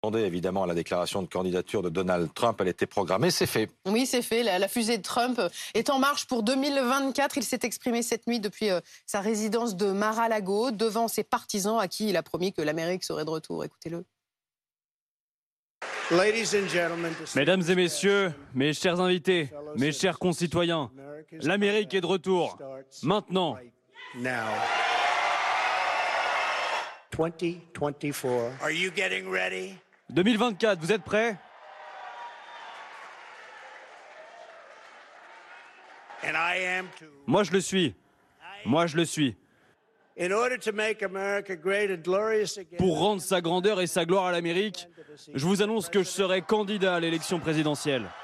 Évidemment, la déclaration de candidature de Donald Trump, elle était programmée, c'est fait. Oui, c'est fait. La fusée de Trump est en marche pour 2024. Il s'est exprimé cette nuit depuis sa résidence de Mar-a-Lago devant ses partisans à qui il a promis que l'Amérique serait de retour. Écoutez-le. Mesdames et messieurs, mes chers invités, mes chers concitoyens, l'Amérique est de retour. Maintenant. 2024, vous êtes prêts? Moi, je le suis. Moi, je le suis. Pour rendre sa grandeur et sa gloire à l'Amérique, je vous annonce que je serai candidat à l'élection présidentielle.